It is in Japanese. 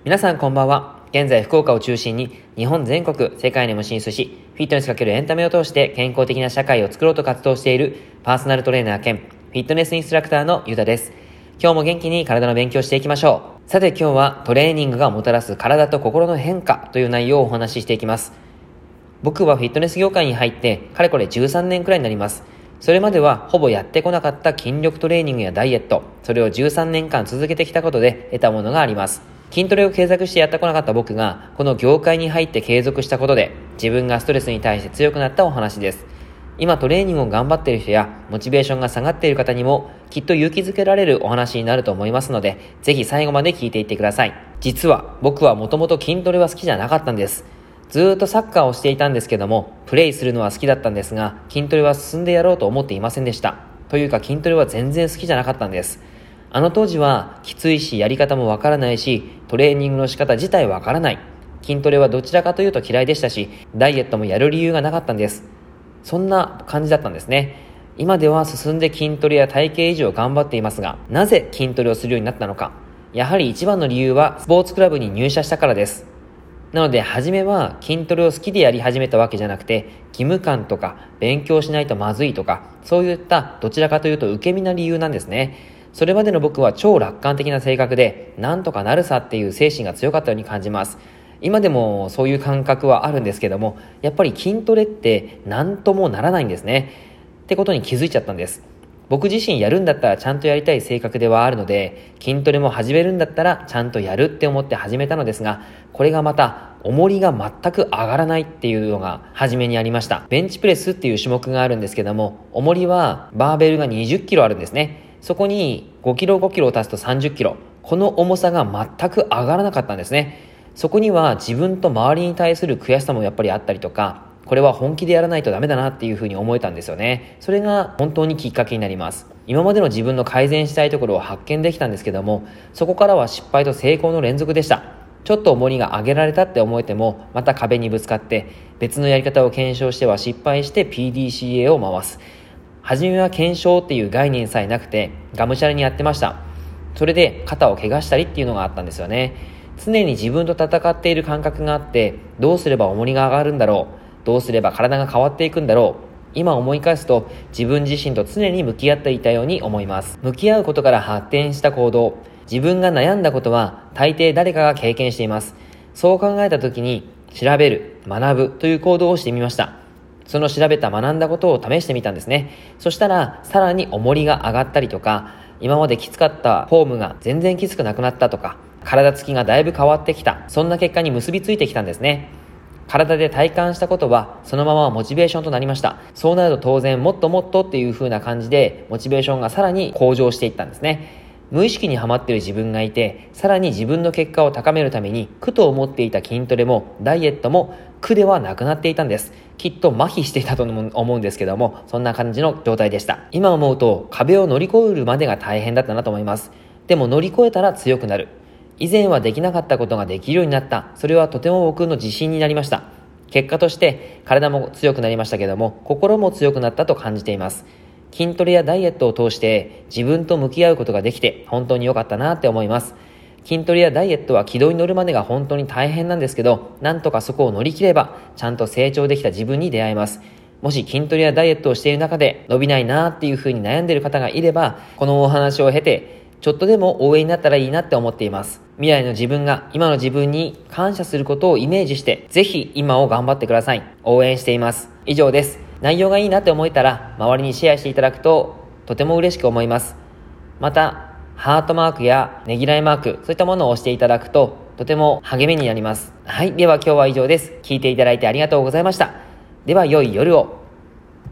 皆さんこんばんは。現在福岡を中心に日本全国、世界にも進出し、フィットネス×エンタメを通して健康的な社会を作ろうと活動しているパーソナルトレーナー兼フィットネスインストラクターのゆたです。今日も元気に体の勉強していきましょう。さて今日はトレーニングがもたらす体と心の変化という内容をお話ししていきます。僕はフィットネス業界に入ってかれこれ13年くらいになります。それまではほぼやってこなかった筋力トレーニングやダイエット、それを13年間続けてきたことで得たものがあります。筋トレを継続してやってこなかった僕がこの業界に入って継続したことで自分がストレスに対して強くなったお話です。今トレーニングを頑張っている人やモチベーションが下がっている方にもきっと勇気づけられるお話になると思いますので、ぜひ最後まで聞いていってください。実は僕はもともと筋トレは好きじゃなかったんです。ずーっとサッカーをしていたんですけども、プレイするのは好きだったんですが、筋トレは進んでやろうと思っていませんでした。というか筋トレは全然好きじゃなかったんです。あの当時はきついしやり方もわからないし、トレーニングの仕方自体わからない。筋トレはどちらかというと嫌いでしたし、ダイエットもやる理由がなかったんです。そんな感じだったんですね。今では進んで筋トレや体型維持を頑張っていますが、なぜ筋トレをするようになったのか。やはり一番の理由はスポーツクラブに入社したからです。なので初めは筋トレを好きでやり始めたわけじゃなくて、義務感とか勉強しないとまずいとか、そういったどちらかというと受け身な理由なんですね。それまでの僕は超楽観的な性格で、なんとかなるさっていう精神が強かったように感じます。今でもそういう感覚はあるんですけども、やっぱり筋トレってなんともならないんですね。ってことに気づいちゃったんです。僕自身やるんだったらちゃんとやりたい性格ではあるので、筋トレも始めるんだったらちゃんとやるって思って始めたのですが、これがまた重りが全く上がらないっていうのが初めにありました。ベンチプレスっていう種目があるんですけども、重りはバーベルが20キロあるんですね。そこに5キロ5キロを足すと30キロ。この重さが全く上がらなかったんですね。そこには自分と周りに対する悔しさもやっぱりあったりとか、これは本気でやらないとダメだなっていうふうに思えたんですよね。それが本当にきっかけになります。今までの自分の改善したいところを発見できたんですけども、そこからは失敗と成功の連続でした。ちょっと重りが上げられたって思えても、また壁にぶつかって別のやり方を検証しては失敗して PDCA を回す。初めは検証っていう概念さえなくてがむしゃらにやってました。それで肩を怪我したりっていうのがあったんですよね。常に自分と戦っている感覚があって、どうすれば重りが上がるんだろう、どうすれば体が変わっていくんだろう。今思い返すと自分自身と常に向き合っていたように思います。向き合うことから発展した行動、自分が悩んだことは大抵誰かが経験しています。そう考えた時に調べる、学ぶという行動をしてみました。その調べた学んだことを試してみたんですね。そしたらさらに重りが上がったりとか、今まできつかったフォームが全然きつくなくなったとか、体つきがだいぶ変わってきた、そんな結果に結びついてきたんですね。体で体感したことはそのままモチベーションとなりました。そうなると当然もっともっとっていう風な感じでモチベーションがさらに向上していったんですね。無意識にはまっている自分がいて、さらに自分の結果を高めるために苦と思っていた筋トレもダイエットも苦ではなくなっていたんです。きっと麻痺していたと思うんですけども、そんな感じの状態でした。今思うと壁を乗り越えるまでが大変だったなと思います。でも乗り越えたら強くなる。以前はできなかったことができるようになった。それはとても僕の自信になりました。結果として体も強くなりましたけども、心も強くなったと感じています。筋トレやダイエットを通して自分と向き合うことができて本当に良かったなって思います。筋トレやダイエットは軌道に乗るまでが本当に大変なんですけど、なんとかそこを乗り切ればちゃんと成長できた自分に出会えます。もし筋トレやダイエットをしている中で伸びないなっていう風に悩んでいる方がいれば、このお話を経てちょっとでも応援になったらいいなって思っています。未来の自分が今の自分に感謝することをイメージして、ぜひ今を頑張ってください。応援しています。以上です。内容がいいなって思えたら周りにシェアしていただくととても嬉しく思います。またハートマークやねぎらいマーク、そういったものを押していただくととても励みになります。はい、では今日は以上です。聞いていただいてありがとうございました。では良い夜を。